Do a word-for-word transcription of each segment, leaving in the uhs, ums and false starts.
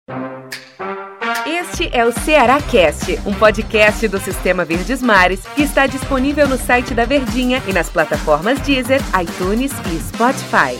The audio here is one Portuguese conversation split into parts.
Este é o Ceará Cast, um podcast do Sistema Verdes Mares que está disponível no site da Verdinha e nas plataformas Deezer, iTunes e Spotify.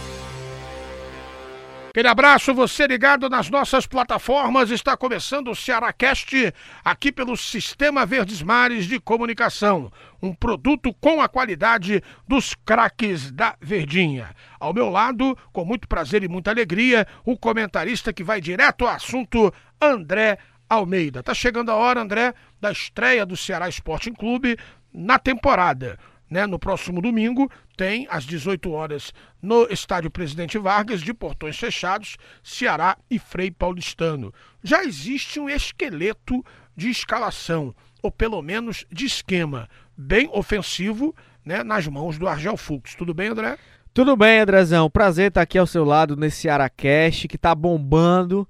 Aquele abraço, você ligado nas nossas plataformas. Está começando o Ceará Cast aqui pelo Sistema Verdes Mares de Comunicação, um produto com a qualidade dos craques da Verdinha. Ao meu lado, com muito prazer e muita alegria, o comentarista que vai direto ao assunto, André Almeida. Tá chegando a hora, André, da estreia do Ceará Sporting Clube na temporada. Né, no próximo domingo tem às dezoito horas no Estádio Presidente Vargas, de portões fechados, Ceará e Frei Paulistano. Já existe um esqueleto de escalação, ou pelo menos de esquema, bem ofensivo, né, nas mãos do Argel Fux. Tudo bem, André? Tudo bem, Andrezão. Prazer estar aqui ao seu lado nesse Ceará Cast, que tá bombando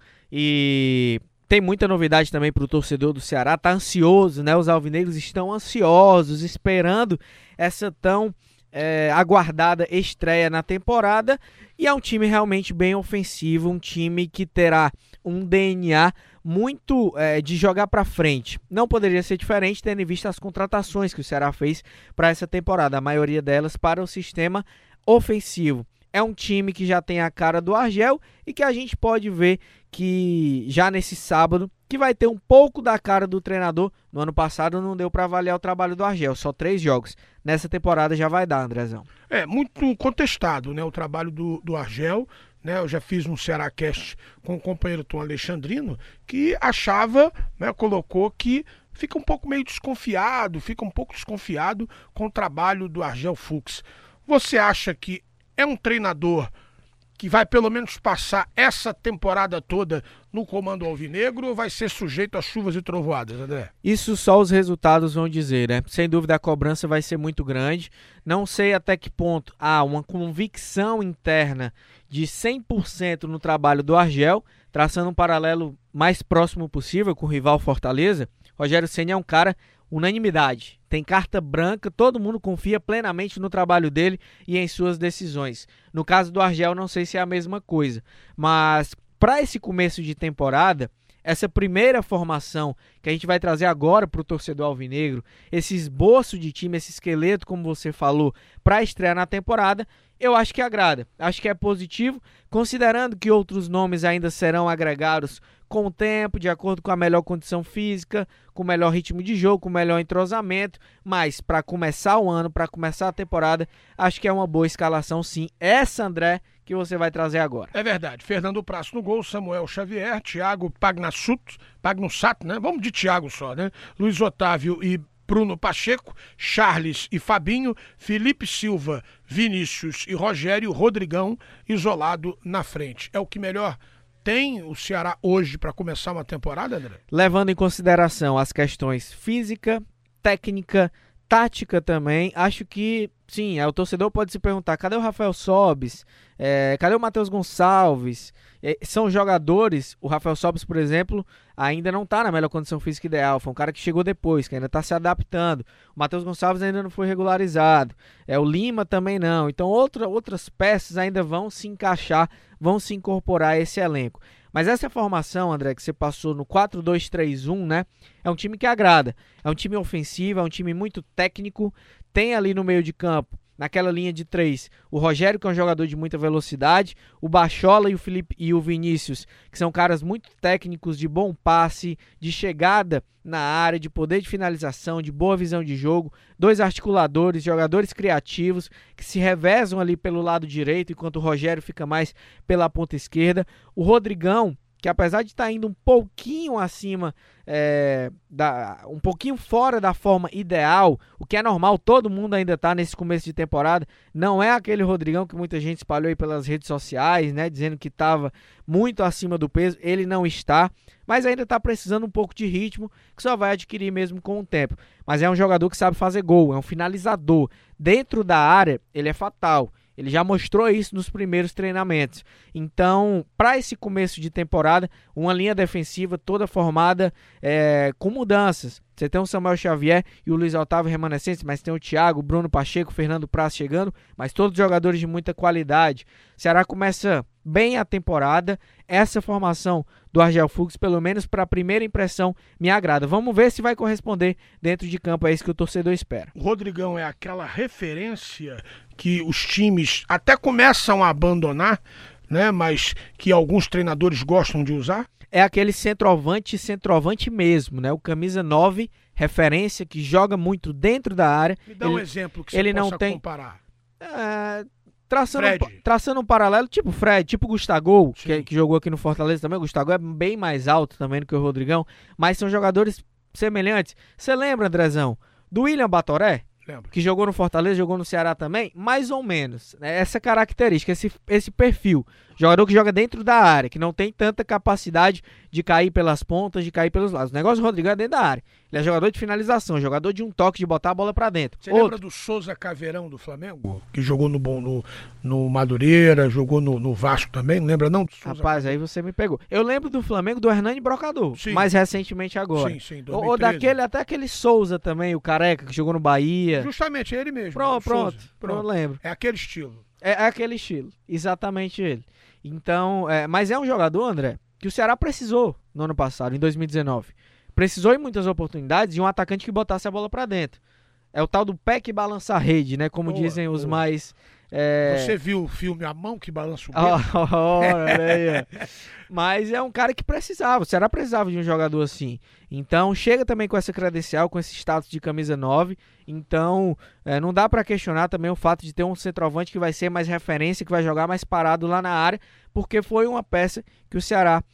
e tem muita novidade também para o torcedor do Ceará. Tá ansioso, né? Os alvinegros estão ansiosos, esperando essa tão é, aguardada estreia na temporada. E é um time realmente bem ofensivo, um time que terá um D N A muito é, de jogar para frente. Não poderia ser diferente, tendo em vista as contratações que o Ceará fez para essa temporada, a maioria delas para o sistema ofensivo. É um time que já tem a cara do Argel e que a gente pode ver que já nesse sábado, que vai ter um pouco da cara do treinador. No ano passado não deu para avaliar o trabalho do Argel, só três jogos. Nessa temporada já vai dar, Andrezão. É, muito contestado, né, o trabalho do, do Argel. Né, eu já fiz um Ceará Cast com o companheiro Tom Alexandrino, que achava, né, colocou que fica um pouco meio desconfiado, fica um pouco desconfiado com o trabalho do Argel Fux. Você acha que é um treinador que vai pelo menos passar essa temporada toda no comando alvinegro ou vai ser sujeito a chuvas e trovoadas, André? Isso só os resultados vão dizer, né? Sem dúvida a cobrança vai ser muito grande. Não sei até que ponto há uma convicção interna de cem por cento no trabalho do Argel, traçando um paralelo mais próximo possível com o rival Fortaleza. Rogério Ceni é um cara unanimidade, tem carta branca, todo mundo confia plenamente no trabalho dele e em suas decisões. No caso do Argel, não sei se é a mesma coisa, mas para esse começo de temporada, essa primeira formação que a gente vai trazer agora para o torcedor alvinegro, esse esboço de time, esse esqueleto, como você falou, para estrear na temporada, eu acho que agrada, acho que é positivo, considerando que outros nomes ainda serão agregados com o tempo, de acordo com a melhor condição física, com o melhor ritmo de jogo, com o melhor entrosamento, mas para começar o ano, para começar a temporada, acho que é uma boa escalação sim, essa, André, que você vai trazer agora. É verdade, Fernando Prasso no gol, Samuel Xavier, Thiago Pagnassut, Pagnussat, né? Vamos de Thiago só, né? Luiz Otávio e Bruno Pacheco, Charles e Fabinho, Felipe Silva, Vinícius e Rogério, Rodrigão isolado na frente. É o que melhor tem o Ceará hoje para começar uma temporada, André? Levando em consideração as questões física, técnica, tática também, acho que sim, o torcedor pode se perguntar, cadê o Rafael Sobis? É, cadê o Matheus Gonçalves? É, são jogadores, o Rafael Sobis, por exemplo, ainda não está na melhor condição física ideal, foi um cara que chegou depois, que ainda está se adaptando. O Matheus Gonçalves ainda não foi regularizado, é, o Lima também não, então outra, outras peças ainda vão se encaixar, vão se incorporar a esse elenco. Mas essa formação, André, que você passou no quatro dois três um, né? É um time que agrada. É um time ofensivo, é um time muito técnico. Tem ali no meio de campo, naquela linha de três, o Rogério, que é um jogador de muita velocidade, o Bachola e o Felipe e o Vinícius, que são caras muito técnicos, de bom passe, de chegada na área, de poder de finalização, de boa visão de jogo, dois articuladores, jogadores criativos, que se revezam ali pelo lado direito, enquanto o Rogério fica mais pela ponta esquerda. O Rodrigão, que apesar de estar indo um pouquinho acima, é, da, um pouquinho fora da forma ideal, o que é normal, todo mundo ainda está nesse começo de temporada, não é aquele Rodrigão que muita gente espalhou aí pelas redes sociais, né, dizendo que estava muito acima do peso, ele não está, mas ainda está precisando um pouco de ritmo, que só vai adquirir mesmo com o tempo. Mas é um jogador que sabe fazer gol, é um finalizador, dentro da área ele é fatal. Ele já mostrou isso nos primeiros treinamentos. Então, para esse começo de temporada, uma linha defensiva toda formada é, com mudanças. Você tem o Samuel Xavier e o Luiz Otávio remanescentes, mas tem o Thiago, o Bruno Pacheco, o Fernando Prass chegando, mas todos jogadores de muita qualidade. O Ceará começa bem a temporada. Essa formação do Argel Fuchs, pelo menos para a primeira impressão, me agrada. Vamos ver se vai corresponder dentro de campo, é isso que o torcedor espera. O Rodrigão é aquela referência que os times até começam a abandonar, né, mas que alguns treinadores gostam de usar? É aquele centroavante, centroavante mesmo, né? O camisa nove, referência, que joga muito dentro da área. Me dá ele, um exemplo que você ele possa não tem, comparar. É, traçando, um, Fred. traçando um paralelo, tipo Fred, tipo Gustavo, que, que jogou aqui no Fortaleza também. O Gustavo é bem mais alto também do que o Rodrigão, mas são jogadores semelhantes. Você lembra, Andrezão, do William Batoré? Lembro. Que jogou no Fortaleza, jogou no Ceará também, mais ou menos, né? Essa característica, esse, esse perfil, jogador que joga dentro da área, que não tem tanta capacidade de cair pelas pontas, de cair pelos lados. O negócio do Rodrigo é dentro da área, ele é jogador de finalização, jogador de um toque, de botar a bola pra dentro. Você Outro. lembra do Souza Caveirão do Flamengo? Que jogou no, no, no Madureira, jogou no, no Vasco também, não lembra não? Souza Rapaz, aí você me pegou. Eu lembro do Flamengo do Hernani Brocador, Sim. mais recentemente agora. Sim, sim, ou, ou daquele, até aquele Souza também, o careca, que jogou no Bahia. Justamente, é ele mesmo. Pronto, pronto, Souza. pronto, eu lembro. É aquele estilo. É, é aquele estilo, exatamente ele. Então, é, mas é um jogador, André, que o Ceará precisou no ano passado, em dois mil e dezenove. Precisou em muitas oportunidades de um atacante que botasse a bola pra dentro. É o tal do pé que balança a rede, né? Como Boa, dizem os boa. mais... É... Você viu o filme A Mão que Balança o Oh, Dedo? oh, olha aí. Mas é um cara que precisava, o Ceará precisava de um jogador assim. Então chega também com essa credencial, com esse status de camisa nove. Então é, não dá pra questionar também o fato de ter um centroavante que vai ser mais referência, que vai jogar mais parado lá na área, porque foi uma peça que o Ceará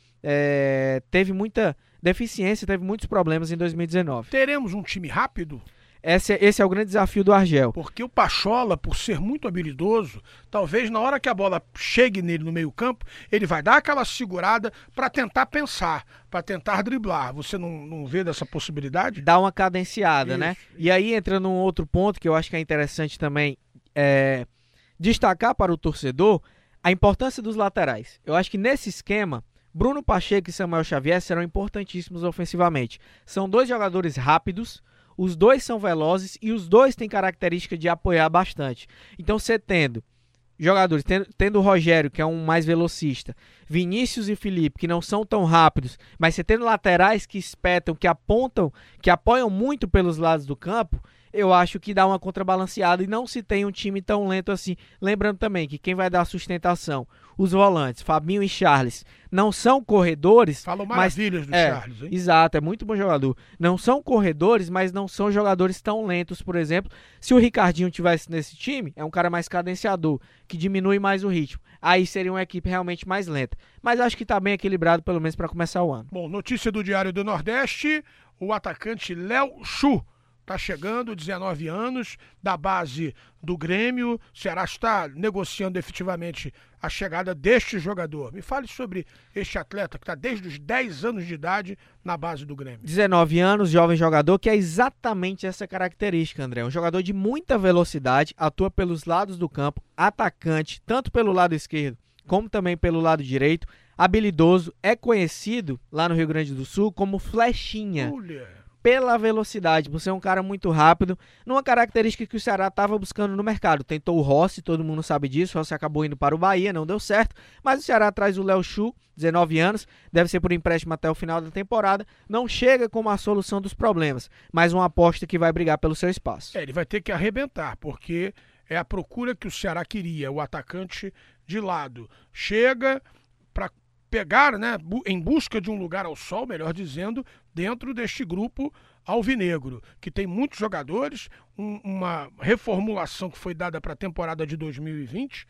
é, teve muita deficiência, teve muitos problemas em dois mil e dezenove. Teremos um time rápido? Esse, esse é o grande desafio do Argel. Porque o Pachola, por ser muito habilidoso, talvez na hora que a bola chegue nele no meio campo, ele vai dar aquela segurada para tentar pensar, para tentar driblar. Você não, não vê dessa possibilidade? Dá uma cadenciada, Isso, né? isso. E aí entra num outro ponto que eu acho que é interessante também é, destacar para o torcedor a importância dos laterais. Eu acho que nesse esquema, Bruno Pacheco e Samuel Xavier serão importantíssimos ofensivamente. São dois jogadores rápidos, os dois são velozes e os dois têm característica de apoiar bastante. Então você tendo jogadores, tendo, tendo o Rogério, que é um mais velocista, Vinícius e Felipe, que não são tão rápidos, mas você tendo laterais que espetam, que apontam, que apoiam muito pelos lados do campo, eu acho que dá uma contrabalanceada e não se tem um time tão lento assim. Lembrando também que quem vai dar sustentação, os volantes, Fabinho e Charles, não são corredores. Falam mas, maravilhas do é, Charles, hein? Exato, é muito bom jogador. Não são corredores, mas não são jogadores tão lentos, por exemplo. Se o Ricardinho tivesse nesse time, é um cara mais cadenciador, que diminui mais o ritmo. Aí seria uma equipe realmente mais lenta. Mas acho que tá bem equilibrado, pelo menos para começar o ano. Bom, notícia do Diário do Nordeste, o atacante Léo Chu está chegando, dezenove anos, da base do Grêmio. O Ceará está negociando efetivamente a chegada deste jogador. Me fale sobre este atleta que está desde os dez anos de idade na base do Grêmio. dezenove anos, jovem jogador, que é exatamente essa característica, André. Um jogador de muita velocidade, atua pelos lados do campo, atacante, tanto pelo lado esquerdo como também pelo lado direito, habilidoso, é conhecido lá no Rio Grande do Sul como Flechinha. Olha. Pela velocidade, por ser um cara muito rápido, numa característica que o Ceará estava buscando no mercado. Tentou o Rossi, todo mundo sabe disso, o Rossi acabou indo para o Bahia, não deu certo, mas o Ceará traz o Léo Chu, dezenove anos, deve ser por empréstimo até o final da temporada, não chega como a solução dos problemas, mas uma aposta que vai brigar pelo seu espaço. É, ele vai ter que arrebentar, porque é a procura que o Ceará queria, o atacante de lado. Chega para pegar, né, em busca de um lugar ao sol, melhor dizendo, dentro deste grupo alvinegro, que tem muitos jogadores, um, uma reformulação que foi dada para a temporada de dois mil e vinte,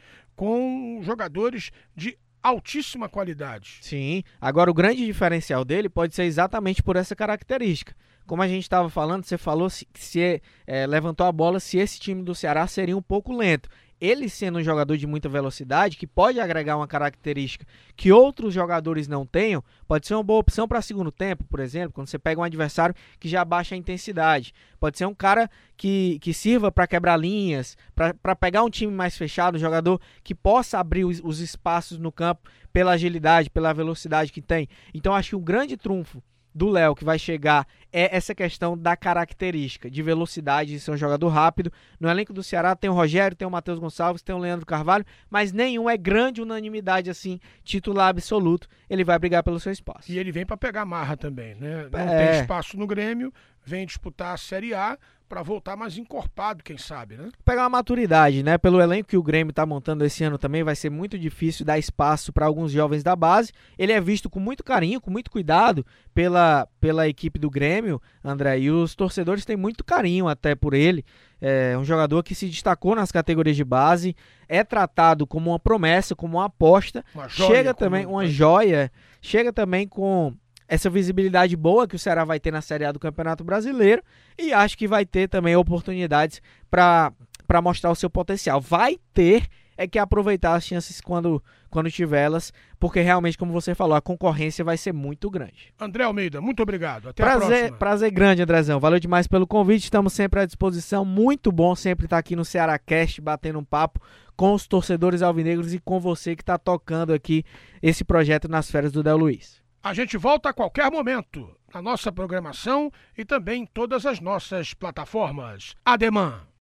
com jogadores de altíssima qualidade. Sim, agora o grande diferencial dele pode ser exatamente por essa característica. Como a gente estava falando, você falou se, se é, levantou a bola se esse time do Ceará seria um pouco lento. Ele sendo um jogador de muita velocidade, que pode agregar uma característica que outros jogadores não tenham, pode ser uma boa opção para segundo tempo, por exemplo, quando você pega um adversário que já baixa a intensidade. Pode ser um cara que, que sirva para quebrar linhas, para pegar um time mais fechado, um jogador que possa abrir os, os espaços no campo pela agilidade, pela velocidade que tem. Então acho que o grande trunfo do Léo, que vai chegar, é essa questão da característica, de velocidade, de ser um jogador rápido. No elenco do Ceará tem o Rogério, tem o Matheus Gonçalves, tem o Leandro Carvalho, mas nenhum é grande unanimidade assim, titular absoluto. Ele vai brigar pelo seu espaço. E ele vem para pegar marra também, né? Não É. tem espaço no Grêmio, vem disputar a Série A para voltar mais encorpado, quem sabe, né? Pegar uma maturidade, né? Pelo elenco que o Grêmio tá montando esse ano também, vai ser muito difícil dar espaço para alguns jovens da base. Ele é visto com muito carinho, com muito cuidado pela, pela equipe do Grêmio, André, e os torcedores têm muito carinho até por ele. É um jogador que se destacou nas categorias de base, é tratado como uma promessa, como uma aposta. Uma joia, chega também, como- uma joia, chega também com essa visibilidade boa que o Ceará vai ter na Série A do Campeonato Brasileiro, e acho que vai ter também oportunidades para para mostrar o seu potencial. Vai ter é que aproveitar as chances quando, quando tiver elas, porque realmente, como você falou, a concorrência vai ser muito grande. André Almeida, muito obrigado. Até a Prazer, próxima. prazer grande, Andrezão. Valeu demais pelo convite. Estamos sempre à disposição. Muito bom sempre estar aqui no CearáCast, batendo um papo com os torcedores alvinegros e com você que está tocando aqui esse projeto nas férias do Del Luiz. A gente volta a qualquer momento na nossa programação e também em todas as nossas plataformas. Ademã.